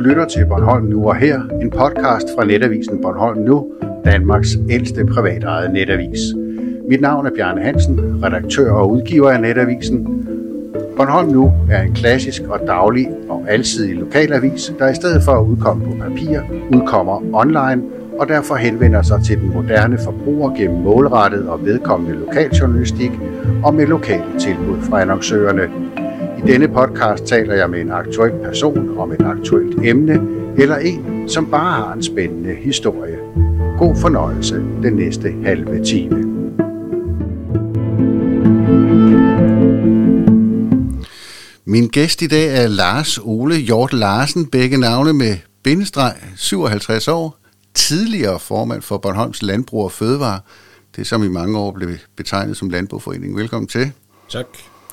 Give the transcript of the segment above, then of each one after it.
lytter til Bornholm Nu og Her, en podcast fra netavisen Bornholm Nu, Danmarks ældste privatejede netavis. Mit navn er Bjarne Hansen, redaktør og udgiver af netavisen. Bornholm Nu er en klassisk og daglig og alsidig lokalavis, der i stedet for at udkomme på papir, udkommer online og derfor henvender sig til den moderne forbruger gennem målrettet og vedkommende lokaljournalistik og med lokale tilbud fra annoncørerne. I denne podcast taler jeg med en aktuel person om et aktuelt emne, eller en, som bare har en spændende historie. God fornøjelse den næste halve time. Min gæst i dag er Lars Ole Hjort Larsen, begge navne med bindestreg, 57 år, tidligere formand for Bornholms Landbrug og Fødevare, det som i mange år blev betegnet som Landboforeningen. Velkommen til. Tak.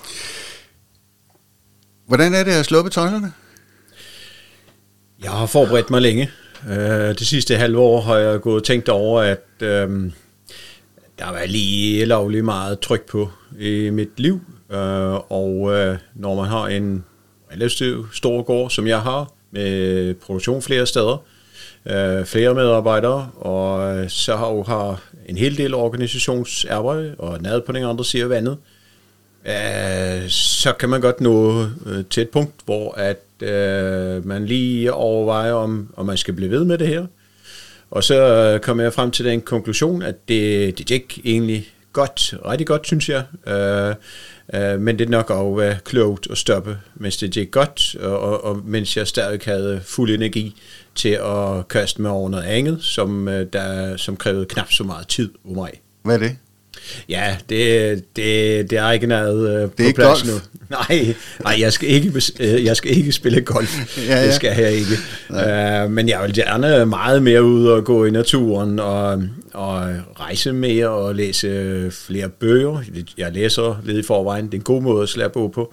Hvordan er det at sluppe tøjlerne? Jeg har forberedt mig længe. Det sidste halve år har jeg gået og tænkt over, at der var lige lovlig meget tryk på i mit liv. Og når man har en relativt stor gård, som jeg har, med produktion flere steder, flere medarbejdere, og så har en hel del organisationsarbejde, og nede på den andre side af vandet, så kan man godt nå til et punkt, hvor at man lige overvejer, om man skal blive ved med det her. Og så kommer jeg frem til den konklusion, at det gik egentlig godt, rigtig godt, synes jeg. Men det er nok også klogt at stoppe, mens det gik godt, og mens jeg stadig havde fuld energi til at kaste mig over noget andet, som krævede knap så meget tid af mig. Hvad er det? Ja, det er ikke noget det er på plads golf. nu. Nej, jeg skal ikke spille golf. Ja. Det skal jeg ikke. Men jeg vil gerne meget mere ud og gå i naturen og rejse mere og læse flere bøger. Jeg læser lidt i forvejen. Det er en god måde at slæbe på.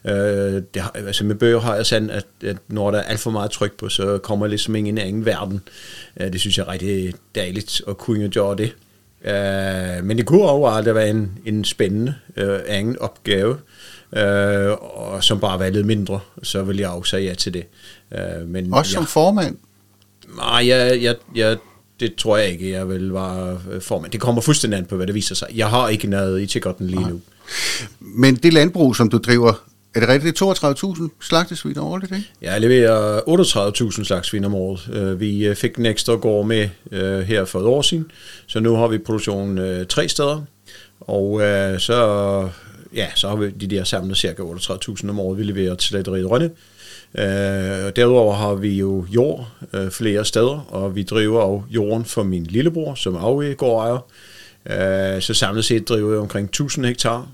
Altså med bøger har jeg sådan, at når der er alt for meget tryk på, så kommer jeg ligesom ind i en anden verden. Det synes jeg er rigtig dejligt at kunne gøre det. Men det kunne også aldrig være en spændende anden opgave, og som bare var lidt mindre, så vil jeg også sige ja til det. Men også som formand? Nej, det tror jeg ikke, jeg vil være formand. Det kommer fuldstændig an på, hvad det viser sig. Jeg har ikke noget i Tjekotten lige nu. Men det landbrug, som du driver, er det rigtigt? 32.000 slagtesvin årligt, ikke? Jeg leverer 38.000 slagtesvin om året. Vi fik en ekstra gård med her for et år siden, så nu har vi produktion 3 steder, og så har vi de der samlet cirka 38.000 om året, vi leverer til slagteriet Rønne. Derudover har vi jo jord flere steder, og vi driver også jorden for min lillebror, som er gårdejer. Så samlet set driver jeg omkring 1000 hektar,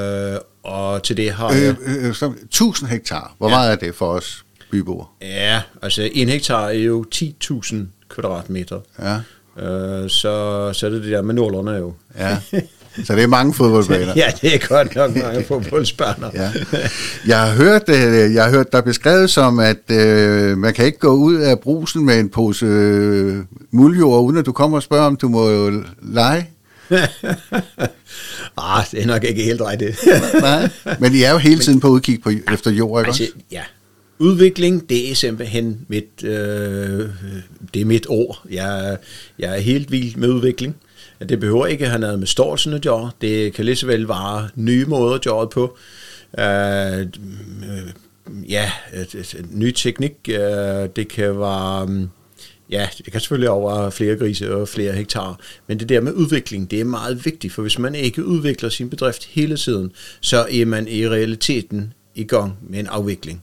og til det har jeg... 1000 hektar, hvor meget er det for os byboer? Ja, altså 1 hektar er jo 10.000 kvadratmeter. Ja. Så er det der med nålerne jo. Ja, så det er mange fodboldbaner. Ja, det er godt nok mange fodboldbaner. Ja. Jeg har hørt dig beskrevet som, at man kan ikke gå ud af brusen med en pose muldjord, uden at du kommer og spørger, om du må lege. Det er nok ikke helt rigtigt. Nej, men I er jo hele tiden på udkig efter jord, ikke også? Ja. Udvikling, det er simpelthen mit ord. Jeg er helt vild med udvikling. Det behøver ikke at have noget med størrelsen at gøre. Det kan lige så vel være nye måder at gøre det på. Ny teknik. Det kan være... Ja, det kan selvfølgelig også være flere grise og flere hektar, men det der med udvikling, det er meget vigtigt, for hvis man ikke udvikler sin bedrift hele tiden, så er man i realiteten i gang med en afvikling.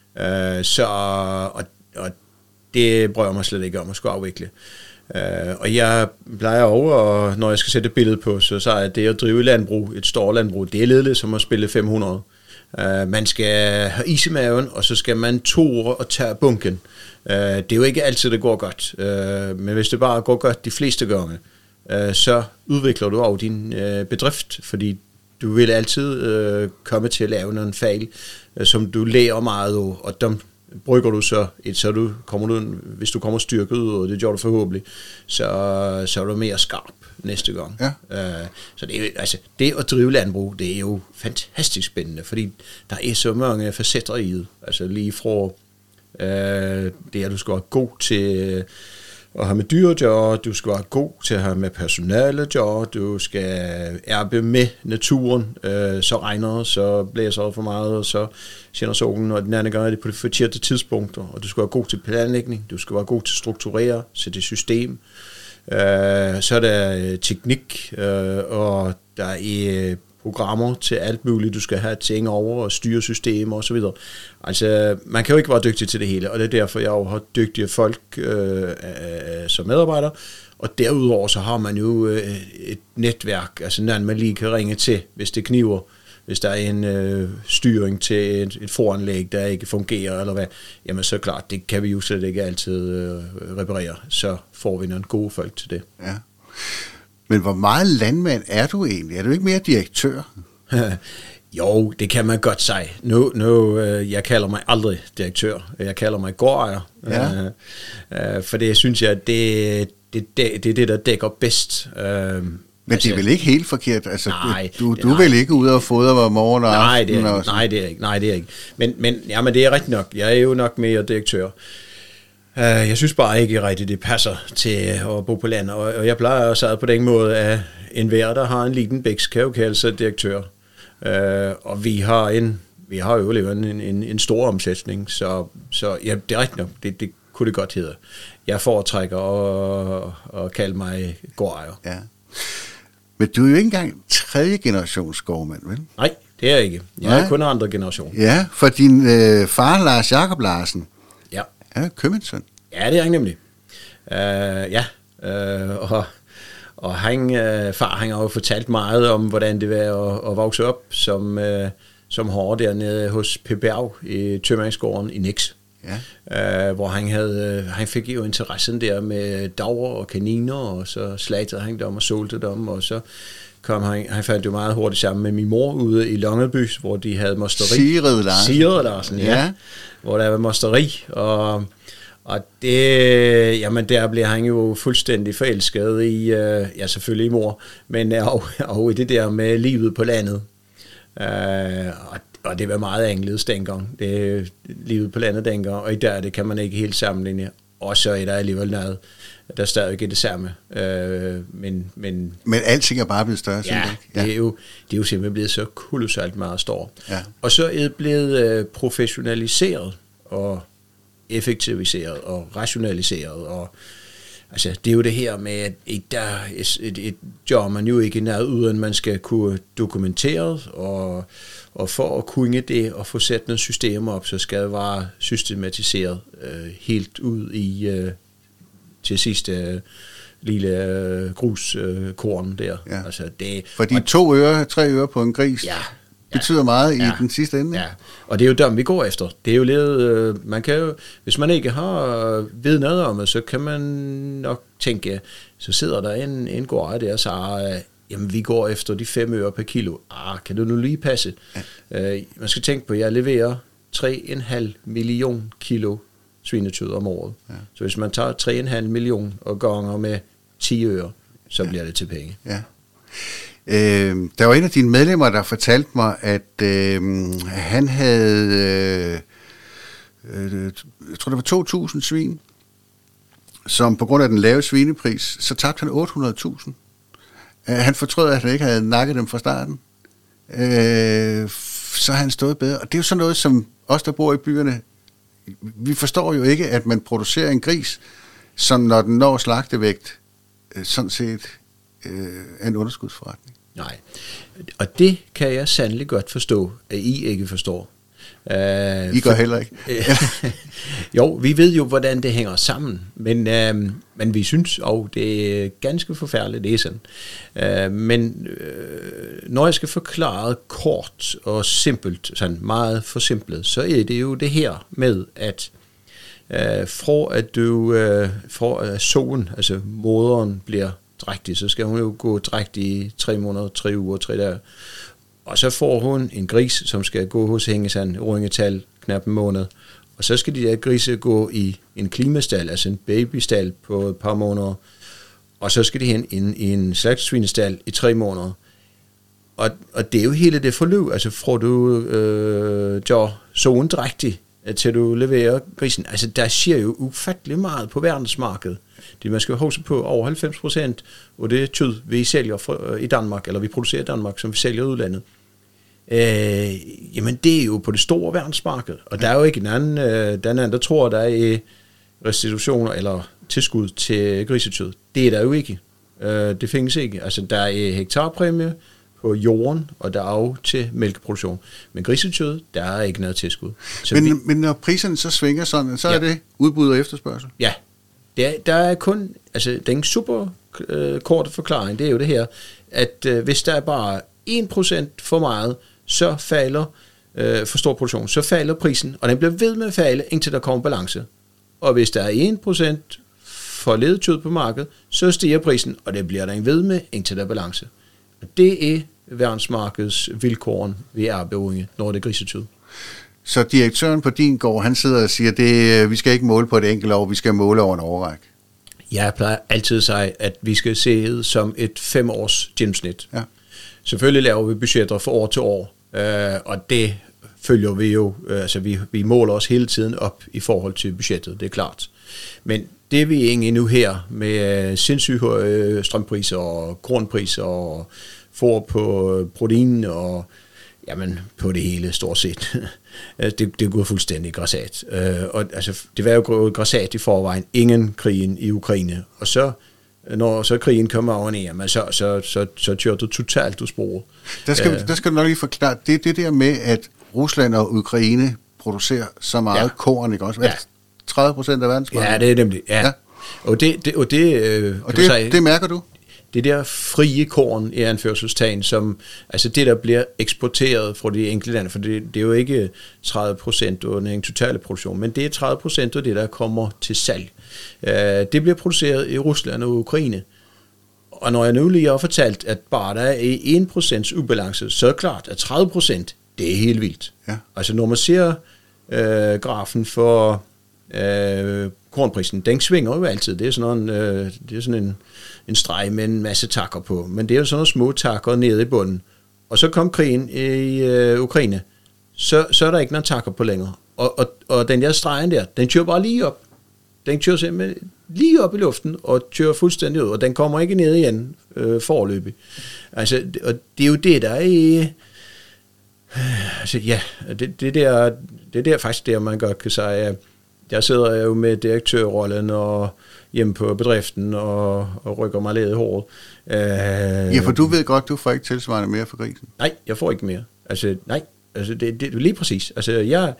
Og det prøver mig slet ikke om at skulle afvikle. Og jeg plejer over, når jeg skal sætte et billede på, så er det at drive landbrug, et stort landbrug, det er lidt som at spille 500. Man skal have is i maven, og så skal man tore og tage bunken. Det er jo ikke altid, det går godt. Men hvis det bare går godt de fleste gange, så udvikler du også din bedrift, fordi du vil altid komme til at lave nogle fejl, som du lærer meget af, og dem brygger du så kommer du, hvis du kommer styrket ud, og det gør du forhåbentlig, så er du mere skarp næste gang. Ja. Så det er jo, altså, det at drive landbrug, det er jo fantastisk spændende, fordi der er så mange facetter i det. Altså lige fra Det er, at du skal være god til at have med dyr at gøre, du skal være god til at have med personale at gøre, du skal ærbe med naturen, så regner det, så blæser det for meget, og så skinner solen, og den anden gang er det på de forkerte tidspunkter, og du skal være god til planlægning, du skal være god til at strukturere, sætte system, så er der teknik, og der er programmer til alt muligt, du skal have ting over, og styresystemer og så videre. Altså, man kan jo ikke være dygtig til det hele, og det er derfor, jeg jo har dygtige folk som medarbejder, og derudover så har man jo et netværk, altså når man lige kan ringe til, hvis det kniver, hvis der er en styring til et foranlæg, der ikke fungerer, eller hvad, jamen så klart, det kan vi jo slet ikke altid reparere, så får vi nogle gode folk til det. Ja. Men hvor meget landmand er du egentlig? Er du ikke mere direktør? Jo, det kan man godt sige. Jeg kalder mig aldrig direktør. Jeg kalder mig gårdejer. Ja. For det synes jeg, det er det, der dækker bedst. Men det er vel ikke helt forkert? Altså, nej, du er vel ikke ude og fodre hver morgen og aften? Nej, det er ikke. Men det er rigtigt nok. Jeg er jo nok mere direktør. Jeg synes bare ikke rigtigt, det passer til at bo på landet, og jeg plejer at sige på den måde, at enhver, der har en liten bæks, kan jo kalde sig direktør. Og vi har jo en stor omsætning, så ja, det er rigtigt nok, det kunne det godt hedde. Jeg foretrækker at kalde mig gårdejer. Ja. Men du er jo ikke engang 3. generations gårdmand, vel? Nej, det er jeg ikke. Jeg er kun 2. generation. Ja, for din far, Lars Jakob Larsen, ja, købmandssøn. Ja, det er han nemlig. Og far han har jo fortalt meget om, hvordan det var at vokse op som hård dernede hos P. Berg i Tømmerringsgården i Nix. Ja. Hvor han fik jo interessen der med dager og kaniner, og så slagtede han dem og solte dem, og så kom han fandt jo meget hurtigt sammen med min mor ude i Longeby, hvor de havde mosteri. Sigrid Larsen, ja. Hvor der var mosteri, og det, jamen der blev han jo fuldstændig forelsket i, selvfølgelig i mor, men og i det der med livet på landet. Og det var meget anderledes dengang. Det livet på landet dengang, og i dag det kan man ikke helt sammenligne. Og så er der alligevel noget, der stadig er det samme. Men alting er bare blevet større. Ja, det er jo simpelthen blevet så kolossalt meget større. Ja. Og så er det blevet professionaliseret og effektiviseret og rationaliseret. Og altså, det er jo det her med, at et job man jo ikke nær uden man skal kunne dokumentere, og for at kunne det og få sat nogle systemer op, så skal det være systematiseret helt ud i til sidste lille gruskorn der. Ja. Altså fordi 3 øre på en gris betyder meget i den sidste ende. Ja, og det er jo dem, vi går efter. Det er jo lidt, man kan jo, hvis man ikke har ved noget om det, så kan man nok tænke, så sidder der en gård der og siger, jamen vi går efter de 5 øre per kilo. Kan du nu lige passe? Ja. Man skal tænke på, at jeg leverer 3,5 million kilo svinekød om året. Ja. Så hvis man tager 3,5 million og ganger med 10 øre, så bliver det til penge. Ja. Der var en af dine medlemmer, der fortalte mig, at han havde, jeg tror det var 2.000 svin, som på grund af den lave svinepris, så tabte han 800.000. Han fortrød, at han ikke havde nakket dem fra starten. Så har han stået bedre. Og det er jo sådan noget, som os, der bor i byerne, vi forstår jo ikke, at man producerer en gris, som når den når slagtevægt, sådan set er en underskudsforretning. Nej, og det kan jeg sandelig godt forstå, at I ikke forstår. I gør heller ikke. Jo, vi ved jo, hvordan det hænger sammen, men vi synes, og det er ganske forfærdeligt, det er sådan. Men når jeg skal forklare kort og simpelt, sådan meget forsimplet, så er det jo det her med, at for at solen, altså moderen, bliver drægtig, så skal hun jo gå drægtig i 3 måneder, 3 uger, 3 dage. Og så får hun en gris, som skal gå hos hængesand, ryngetal, knap en måned. Og så skal de der grise gå i en klimastal, altså en babystal på et par måneder. Og så skal de hen i en slagtesvinestal i 3 måneder. Og det er jo hele det forløb, altså får du solen drægtig, til du leverer grisen. Altså, der sker jo ufattelig meget på verdensmarkedet. Det man skal huske på, over 90% af det kød, vi sælger i Danmark, eller vi producerer i Danmark, som vi sælger i udlandet, jamen det er jo på det store verdensmarked. Og der er jo ikke den anden, der tror, der er restitutioner eller tilskud til grisekød. Det er der jo ikke. Det findes ikke. Altså, der er hektarpræmie på jorden, og der er jo til mælkeproduktion. Men grisekød, der er ikke noget tilskud. Men når priserne så svinger sådan, så er det udbud og efterspørgsel? Ja. Der er kun, altså den super korte forklaring, det er jo det her, at hvis der er bare 1% for meget, så falder for stor produktion, så falder prisen, og den bliver ved med at falde, indtil der kommer balance. Og hvis der er 1% for ledet kød på markedet, så stiger prisen, og det bliver den ved med, indtil der er balance. Og det er verdensmarkedets vilkåren, vi er beunge, når det er grisekød. Så direktøren på din gård, han sidder og siger, vi skal ikke måle på et enkelt år, vi skal måle over en årrække. Jeg plejer altid at sige, at vi skal se det som et 5-års gennemsnit. Ja. Selvfølgelig laver vi budgetter for år til år, og det følger vi jo, altså vi måler os hele tiden op i forhold til budgettet, det er klart. Men det vi egentlig nu her med sindssygt høje strømpriser og kornpriser og for på protein og jamen på det hele stort set, det går fuldstændig græsat. Og altså det var jo gået græsat i forvejen, ingen krigen i Ukraine, og så når så krigen kommer over ned, men så kører du totalt ud sporet. Der skal du nok lige forklare, det der med, at Rusland og Ukraine producerer så meget korn, ikke også? Ja. 30% af verdensmarkedet? Ja, det er nemlig, ja. Og det mærker du? Det der frie korn i anførselstegn, som, altså det der bliver eksporteret fra de enkelte lande, for det er jo ikke 30% af den totale produktion, men det er 30% af det, der kommer til salg. Det bliver produceret i Rusland og Ukraine. Og når jeg nu lige har fortalt, at bare der er 1% ubalance, så er det klart, at 30%, det er helt vildt. Ja. Altså når man ser grafen for kornprisen, den svinger jo altid. Det er sådan en streg med en masse takker på. Men det er jo sådan nogle små takker nede i bunden. Og så kom krigen i Ukraine. Så er der ikke nogen takker på længere. Og den der stregen der, den kører bare lige op. Den kører simpelthen lige op i luften og kører fuldstændig ud. Og den kommer ikke ned igen foreløbig. Altså, og det er jo det, der er... Altså, ja, det der faktisk der, man godt kan sige... Jeg sidder jo med direktørrollen og hjemme på bedriften og rykker mig lidt i håret. Ja, for du ved godt, du får ikke tilsvarende mere for grisen. Nej, jeg får ikke mere. Altså, nej. Altså, det er lige præcis. Altså,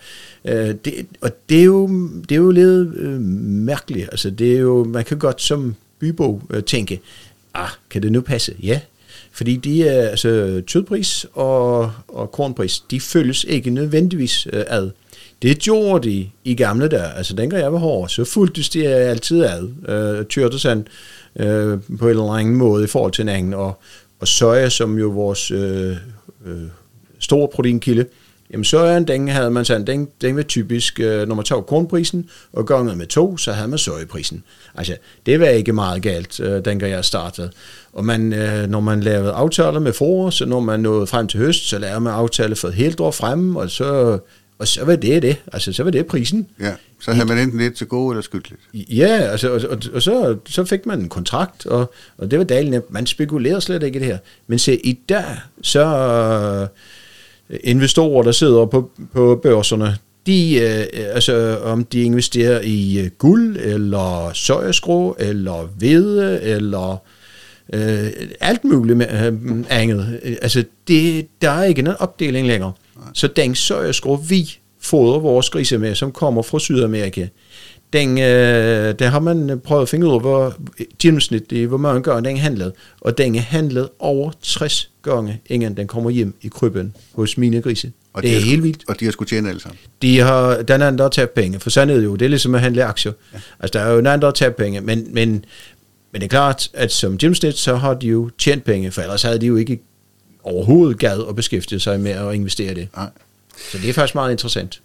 det er jo lidt mærkeligt. Altså, det er jo, man kan godt som bybo tænke, kan det nu passe? Ja. Fordi de er, altså, kødpris og kornpris, de følges ikke nødvendigvis ad. Det gjorde de i gamle dage. Altså, dengang jeg var hård, så fulgtes de altid ad. Kørte sådan på en eller anden måde i forhold til hinanden. Og soja, som jo vores store proteinkilde, jamen sojaen, den havde man sådan, den var typisk, når man tog kornprisen og ganget med 2, så havde man sojaprisen. Altså, det var ikke meget galt, dengang jeg startede. Og når man lavede aftaler med forår, så når man nåede frem til høst, så lavede man aftaler for et helt år frem, og så var det. Altså, så var det prisen. Ja, så havde man enten lidt til gode eller skyldt lidt. Ja, altså, og så fik man en kontrakt, og det var dejligt. Man spekulerede slet ikke i det her. Men se, i dag, så investorer, der sidder på børserne, om de investerer i guld, eller sojastrå, eller hvede, eller alt muligt andet. Altså, der er ikke nogen opdeling længere. Så den sojastrå, vi fodrer vores grise med, som kommer fra Sydamerika, der har man prøvet at finde ud af, hvor gennemsnitligt, hvor mange gange den handlede. Og den er handlet over 60 gange, inden den kommer hjem i krybben hos mine grise. Og det er helt vildt. Og de har sgu tjene alle sammen? Den anden, der har tabt penge. For sådan er det jo. Det er ligesom at handle aktier. Ja. Altså, der er jo en anden, der har tabt penge. Men det er klart, at som gennemsnit, så har de jo tjent penge, for ellers havde de jo ikke overhovedet gad at beskæftige sig med at investere det. Nej. Så det er faktisk meget interessant.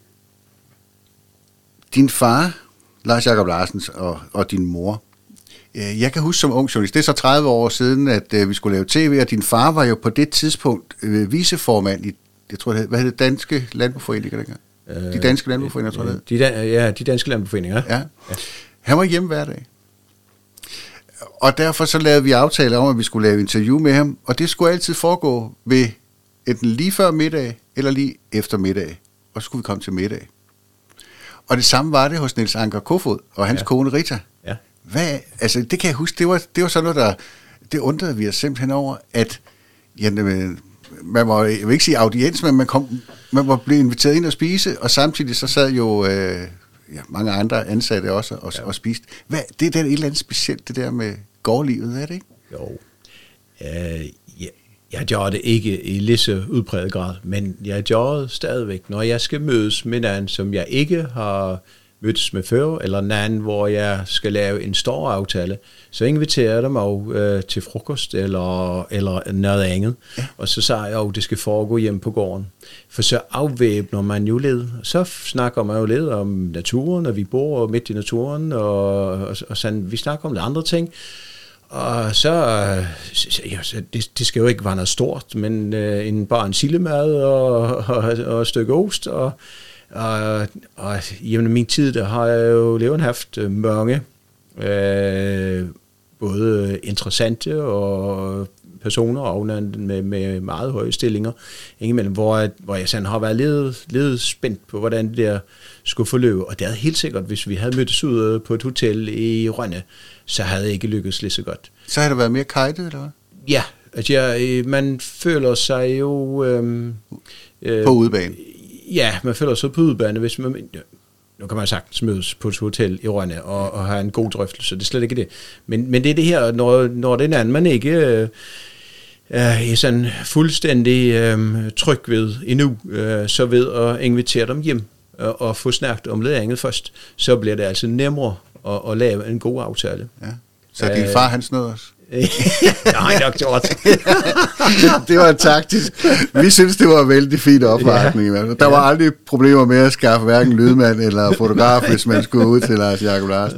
Din far, Lars Jacob Larsen, og din mor, jeg kan huske som ung journalist, det er så 30 år siden, at vi skulle lave tv, og din far var jo på det tidspunkt viceformand i, jeg tror, hvad hed det, Danske Landboforening dengang? De danske landbrugsforeninger, tror jeg. De danske landbrugsforeninger. Ja. Han var hjemme hver dag. Og derfor så lavede vi aftale om, at vi skulle lave interview med ham, og det skulle altid foregå ved enten lige før middag, eller lige efter middag. Og så skulle vi komme til middag. Og det samme var det hos Niels Anker Kofod og hans kone Rita. Ja. Det kan jeg huske, det var sådan noget, det undrede vi os simpelthen over, at man var, jeg vil ikke sige audiens, men man var blevet inviteret ind og spise, og samtidig så sad jo mange andre ansatte også og spiste. Det er da et eller andet specielt, det der med gårdlivet, er det ikke? Jo. Jeg gør det ikke i lige så udpræget grad, men jeg gør det stadigvæk, når jeg skal mødes med nogen, som jeg ikke har mødtes med før, eller nogen, hvor jeg skal lave en stor aftale, så inviterer jeg dem også til frokost eller noget andet. Ja. Og så siger jeg, at det skal foregå hjemme på gården. For så afvæbner man jo lidt. Så snakker man jo lidt om naturen, og vi bor midt i naturen, og sådan, vi snakker om de andre ting. Og så det skal jo ikke være noget stort, men bare en sillemad og et stykke ost, og jamen min tid, der har jeg jo levet haft mange både interessante og personer og med meget høje stillinger imellem, hvor jeg sådan har været lidt spændt på, hvordan det der skulle forløbe. Og det er helt sikkert, hvis vi havde mødtes ude på et hotel i Rønne, så havde det ikke lykkedes lige så godt. Så havde det været mere kajtet, eller hvad? Ja, altså man føler sig jo på udebane. Ja, man føler sig på udebane, hvis man... Nu kan man sagtens mødes på et hotel i Rønne og have en god drøftelse, det er slet ikke det. Men det er det her, når det er en anden, man ikke er sådan fuldstændig tryg ved endnu, så ved at invitere dem hjem og få snakket om lidt andet først, så bliver det altså nemmere at lave en god aftale. Ja. Så din far, han snød os? Nej, nok gjort. Det var taktisk. Vi synes, det var en vældig fin opvartning. Ja. Der var aldrig problemer med at skaffe hverken lydmand eller fotograf, hvis man skulle ud til Lars Jacob Larsen.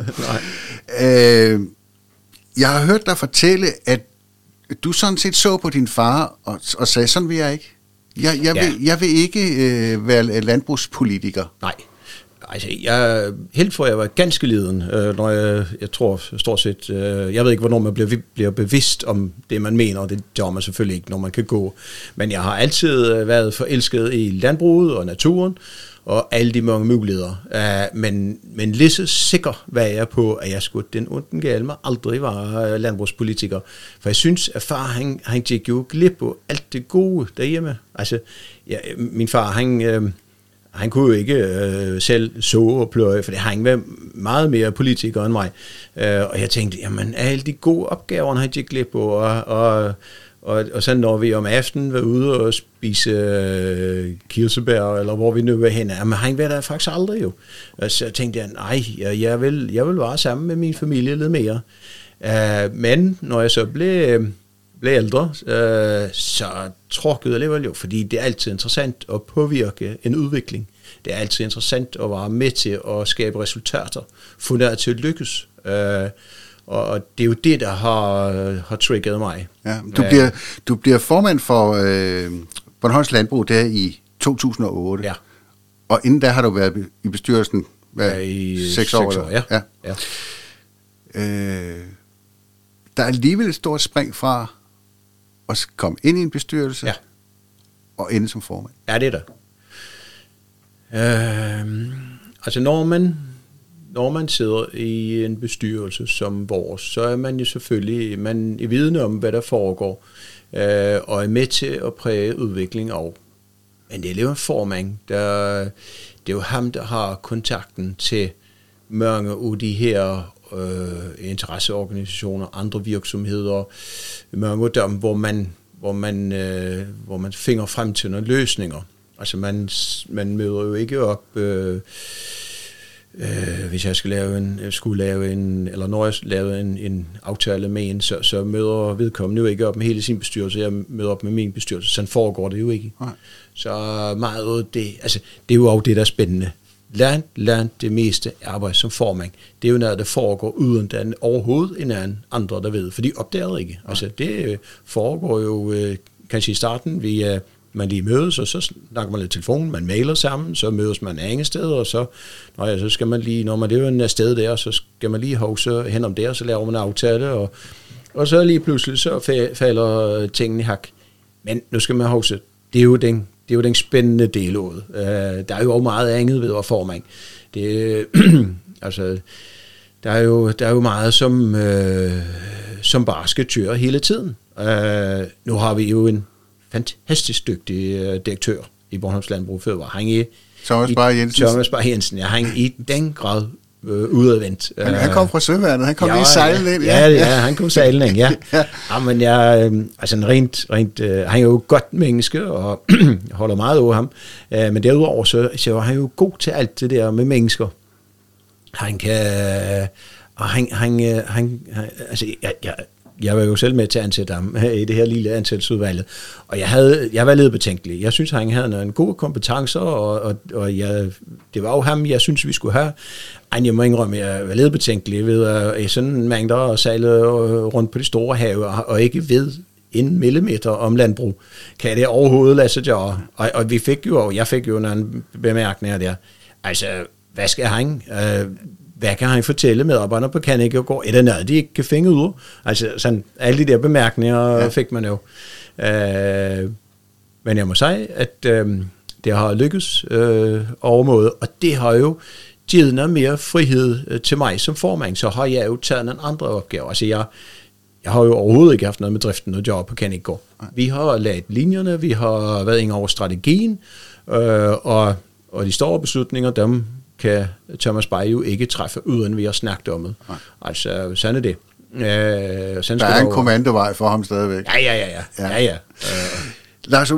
Jeg har hørt dig fortælle, at du sådan set så på din far og sagde, sådan vil jeg ikke. Jeg vil ikke være landbrugspolitiker. Nej. Altså, helt for jeg var ganske liden, når jeg tror stort set, jeg ved ikke, hvornår man bliver bevidst om det, man mener, og det gør man selvfølgelig ikke, når man kan gå. Men jeg har altid været forelsket i landbruget og naturen, og alle de mange muligheder. Men lige så sikker var jeg på, at jeg skulle den onde galme aldrig var landbrugspolitiker. For jeg synes, at far, han gik jo glip på alt det gode derhjemme. Altså, min far, han kunne jo ikke selv så og pløje, for han var meget mere politiker end mig. Og jeg tænkte, jamen, alle de gode opgaver, han gik glip på, og så når vi om aftenen var ude og spise kirsebær, eller hvor vi nu var henne, men han var der faktisk aldrig jo. Og så tænkte jeg, nej, jeg vil være sammen med min familie lidt mere. Men når jeg så blev ældre, så tråkkede jeg alligevel jo, fordi det er altid interessant at påvirke en udvikling. Det er altid interessant at være med til at skabe resultater, få det til at lykkes. Og det er jo det, der har trigget mig. Ja, du bliver formand for Bornholms Landbrug der i 2008. Ja. Og inden da har du været i bestyrelsen i 6 år. Ja. Der er alligevel et stort spring fra at komme ind i en bestyrelse og ende som formand. Ja, det er der. Altså når man sidder i en bestyrelse som vores, så er man jo selvfølgelig vidne om, hvad der foregår, og er med til at præge udvikling af. Men det er jo en formand, det er jo ham, der har kontakten til mange af de her interesseorganisationer, andre virksomheder, mange af dem, hvor man finder frem til nogle løsninger. Altså man møder jo ikke op, hvis jeg skal lave en aftale med en, så møder vedkommende jo ikke op med hele sin bestyrelse. Jeg møder op med min bestyrelse. Sådan foregår det jo ikke. Nej. Så meget det, altså det er jo også det, der er spændende. Lært det meste arbejde som formand. Det er jo noget, der foregår uden den overhovedet en andre, der ved. For de opdager det ikke. Altså det foregår jo kanskje i starten via man lige mødes, og så snakker man lidt telefon, man mailer sammen, så mødes man af sted, og så skal man lige, når man er en sted der, så skal man lige hose hen om der, så laver man en aftale, og så lige pludselig så falder tingene i hak. Men nu skal man hose, det er jo den spændende del af det. Der er jo meget andet ved at formand. Det altså der er jo meget som bare skal køre hele tiden. Nu har vi jo en fantastisk dygtig direktør i Bornholms Landbrug Fødevare. Han er Thomas Bar Jensen. Han er i den grad udadvendt. Han kom fra Søværnet, han kom lige sejlende ind. Ja, han kom sejlende ind, ja. Ja, men altså rent, han er jo et godt menneske, og holder meget over ham. Men derudover, så er han jo god til alt det der med mennesker. Han kan... altså, jeg var jo selv med til at ansætte ham i det her lille ansættelsesudvalget, og jeg var lidt betænkelig. Jeg synes, han havde en god kompetencer, og det var jo ham, jeg synes, vi skulle have. Jeg må indrømme, jeg var lidt betænkelig ved at sådan en mængder og sejle rundt på de store have, og ikke ved en millimeter om landbrug. Kan det overhovedet lade sig gøre? Og jeg fik jo nogle bemærkninger der. Altså, hvad skal han? Hvad kan han fortælle medarbejderne på Kannik og går? Er der noget, de ikke kan finde ud af? Altså, sådan, alle de der bemærkninger fik man jo. Men jeg må sige, at det har lykkes overmåde, og det har jo givet noget mere frihed til mig som formand, så har jeg jo taget nogle andre opgaver. Altså, jeg har jo overhovedet ikke haft noget med driften at gøre på Kannik går. Vi har lavet linjerne, vi har været inde over strategien, og de store beslutninger, dem kan Thomas Bay jo ikke træffe, uden vi har snakket om det. Altså, sådan er det. Der er en kommandovej for ham stadigvæk. Ja. Lars,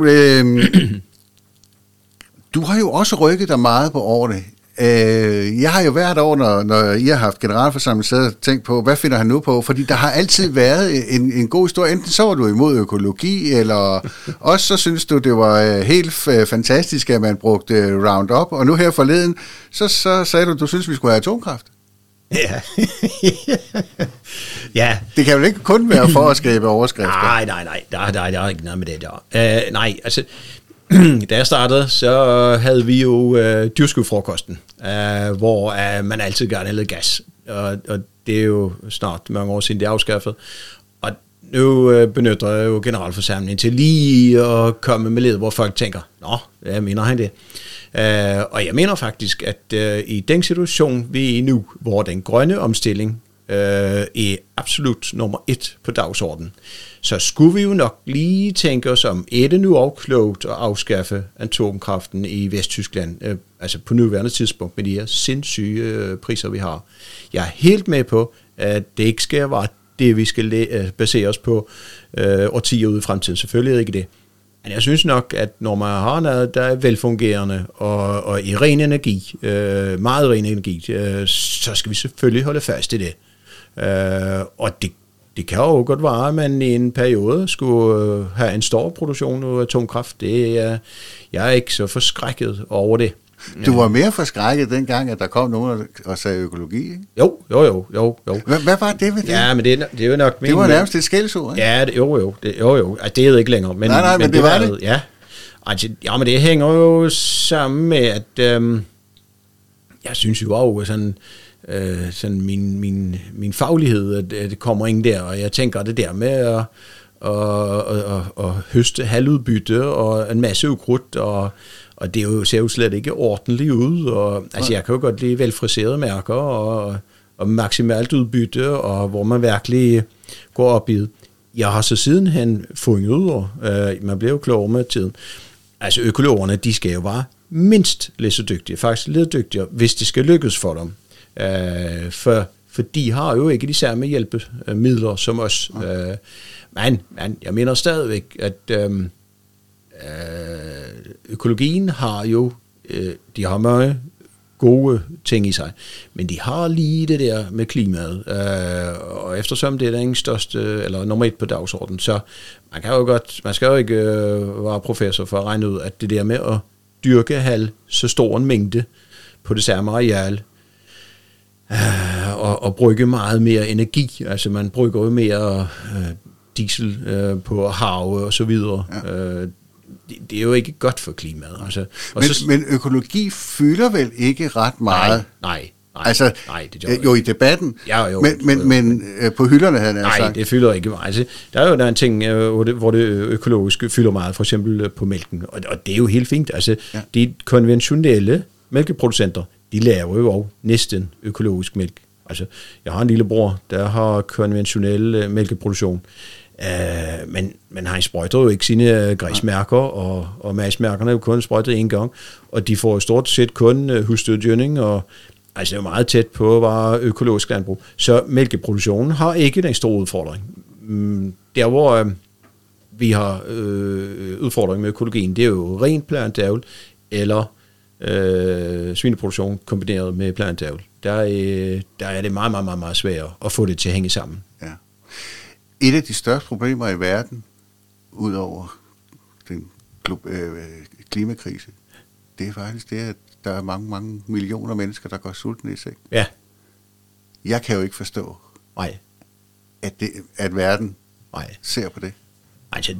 du har jo også rykket dig meget på årene. Jeg har jo hvert år, når I har haft generalforsamling, så har tænkt på, hvad finder han nu på? Fordi der har altid været en god historie. Enten så var du imod økologi, eller også så synes du, det var helt fantastisk, at man brugte Roundup. Og nu her forleden, så sagde du synes, vi skulle have atomkraft. Ja. Ja. Det kan jo ikke kun være for at skabe overskrifter. Nej. Der er ikke noget med det der. Nej, altså... Da jeg startede, så havde vi jo dyrskudfrokosten, hvor man altid gerne havde gas. Og det er jo snart mange år siden, det er afskaffet. Og nu benytter jeg jo generalforsamlingen til lige at komme med led, hvor folk tænker, hvad mener han det? Og jeg mener faktisk, at i den situation, vi er i nu, hvor den grønne omstilling er absolut nummer 1 på dagsordenen, så skulle vi jo nok lige tænke os om, er det nu også klogt at afskaffe atomkraften i Vesttyskland, altså på nuværende tidspunkt med de her sindssyge priser, vi har. Jeg er helt med på, at det ikke skal være det, vi skal basere os på årtier ude i fremtiden. Selvfølgelig er det ikke det. Men jeg synes nok, at når man har noget, der er velfungerende og i ren energi, meget ren energi, så skal vi selvfølgelig holde fast i det. Og det kan jo godt være, at man i en periode skulle have en stor produktion af atomkraft. Jeg er ikke så forskrækket over det. Du var mere forskrækket dengang, at der kom nogen og sagde økologi, ikke? Jo. Hvad var det ved det? Ja, men det er jo nok... Det var nærmest et skældsord, ikke? Ja, jo. Altså, det er det ikke længere. Men, nej, men det var det. Ja. Altså, men det hænger jo sammen med, at jeg synes jo sådan min faglighed, at det kommer ind der, og jeg tænker det der med at høste halvudbytte og en masse ukrudt, og det ser jo slet ikke ordentligt ud, og altså jeg kan jo godt lide velfriserede mærker og maksimalt udbytte, og hvor man virkelig går op i det. Jeg har så sidenhen fundet ud, og man bliver jo klogere med tiden. Altså økologerne, de skal jo være mindst lidt så dygtige, faktisk lidt dygtigere, hvis det skal lykkes for dem. For de har jo ikke de samme hjælpemidler som os. Men jeg mener stadigvæk, at økologien har jo, de har mange gode ting i sig, men de har lige det der med klimaet, og eftersom det er den største, eller nummer 1 på dagsordenen, så man skal jo ikke være professor for at regne ud, at det der med at dyrke så stor en mængde på det samme areal, og bruge meget mere energi, altså man bruger jo mere diesel på have og så videre. Ja. det er jo ikke godt for klimaet. Altså, men økologi fylder vel ikke ret meget? Nej. Altså, nej, det gør jo i debatten, jo, men på hylderne havde han sagt. Nej, det fylder ikke meget. Altså, der er en ting, hvor det økologiske fylder meget, for eksempel på mælken, og det er jo helt fint. Altså, de konventionelle mælkeproducenter, de laver jo også næsten økologisk mælk. Altså, jeg har en lillebror, der har konventionel mælkeproduktion, men han sprøjter jo ikke sine græsmærker, og majsmærkerne er jo kun sprøjtet en gang, og de får jo stort set kun husdyrgødning, og altså det er jo meget tæt på at være økologisk landbrug. Så mælkeproduktionen har ikke den store udfordring. Der hvor vi har udfordring med økologien, det er jo rent plantavl eller svineproduktion kombineret med plantavl. Der er det meget, meget, meget, meget sværere at få det til at hænge sammen. Ja. Et af de største problemer i verden, udover den klimakrise, det er faktisk det, at der er mange, mange millioner mennesker, der går sultne i seng. Ja. Jeg kan jo ikke forstå, at verden ser på det. Altså,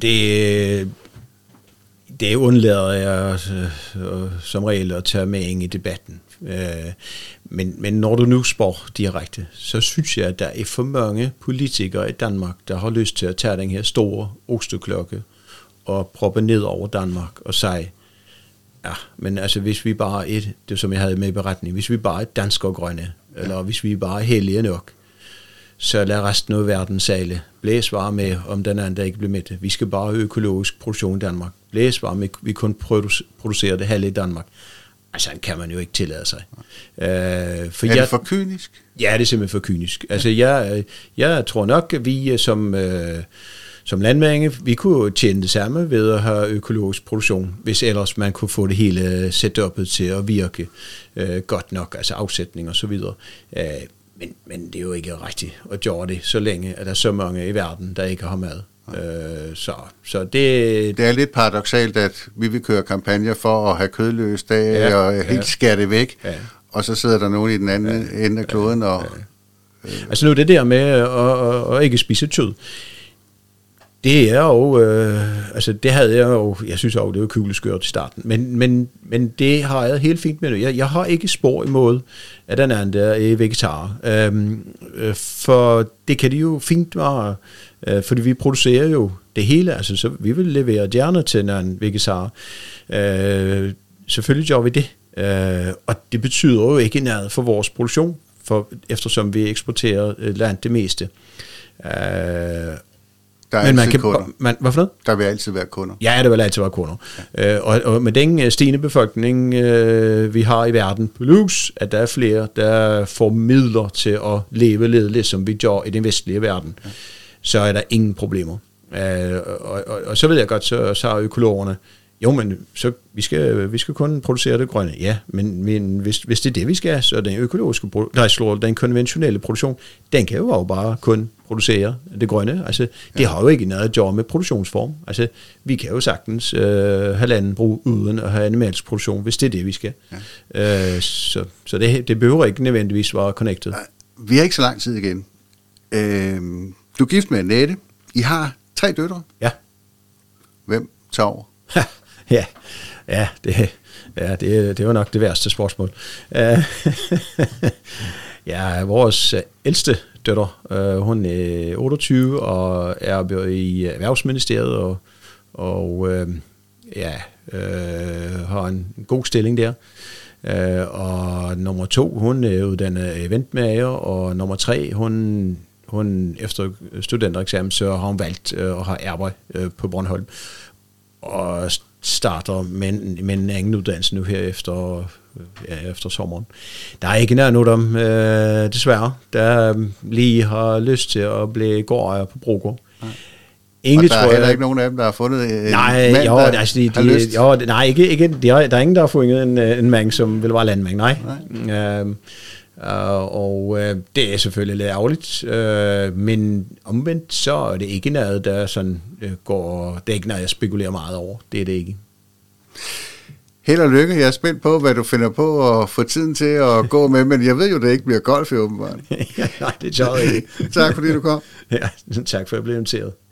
det undlader jeg som regel at tage med ind i debatten. Men når du nu spørger direkte, så synes jeg, at der er for mange politikere i Danmark, der har lyst til at tage den her store osteklokke og proppe ned over Danmark og sige, ja, men altså hvis vi bare er det som jeg havde med i beretning, hvis vi bare er danskere grønne, eller hvis vi bare er hellige nok, så lad resten af verden sejle. Blæs bare med, om den anden der ikke bliver med. Vi skal bare have økologisk produktion i Danmark. Blæs bare med, vi kun producerer det halve i Danmark. Altså, kan man jo ikke tillade sig. Er det for kynisk? Ja, det er simpelthen for kynisk. Altså, jeg tror nok, at vi som landmænd, vi kunne tjene det samme ved at have økologisk produktion, hvis ellers man kunne få det hele setupet til at virke godt nok, altså afsætning og så videre. Men det er jo ikke rigtigt at gøre det, så længe at der er så mange i verden, der ikke har mad. Så det er lidt paradoksalt, at vi vil køre kampagner for at have kødløs dag og helt skære det væk, og så sidder der nogen i den anden ende af kloden. Altså nu det der med at ikke spise kød, det er jo, altså det havde jeg jo, jeg synes jo, det var kugleskørt i starten, men det har jeg helt fint med det. Jeg har ikke spor imod, at den anden der er vegetar, for det kan de jo fint være, fordi vi producerer jo det hele, altså så vi vil levere gerne til en vegetar. Selvfølgelig gør vi det, og det betyder jo ikke noget for vores produktion, eftersom vi eksporterer langt det meste. Der er altid kunder. Hvad for noget? Der vil altid være kunder. Ja, der vil altid være kunder. Ja. Og med den stigende befolkning, vi har i verden plus, at der er flere, der får midler til at leve lidt, som vi gør i den vestlige verden, så er der ingen problemer. Og så ved jeg godt, så er økologerne, jo, men så vi skal kun producere det grønne. Ja, men hvis det er det, vi skal, så den økologiske, den konventionelle produktion, den kan jo bare kun producere det grønne. Altså, det har jo ikke noget at gøre med produktionsform. Altså, vi kan jo sagtens have landbrug uden at have animalsk produktion, hvis det er det, vi skal. Ja. Så det behøver ikke nødvendigvis være connected. Vi har ikke så lang tid igen. Du er gift med Annette. I har 3 døtre. Ja. Hvem tager over? Det var nok det værste spørgsmål. Vores ældste døtter, hun er 28 og er i Erhvervsministeriet og har en god stilling der. Og nummer 2, hun er uddannet eventmager, og nummer 3, hun efter studentereksamen, så har hun valgt at have arbejde på Bornholm. Og starter med en anden uddannelse nu her efter sommeren. Der er ikke noget af dem, desværre, der lige har lyst til at blive gårdejer på Brogaard. Egentlig, og der er heller ikke nogen af dem, der har fundet en mand, har lyst? Der er ingen, der har fundet en mand, som vil være landmand, nej. Det er selvfølgelig lidt ærgerligt, men omvendt så er det ikke noget, der sådan går, det er ikke noget, jeg spekulerer meget over. Det er det ikke. Held og lykke. Jeg er spændt på, hvad du finder på at få tiden til at gå med, men jeg ved jo, det ikke bliver golf, åbenbart. Nej, det gør jeg ikke. Tak fordi du kom. Ja, tak for at jeg blev inviteret.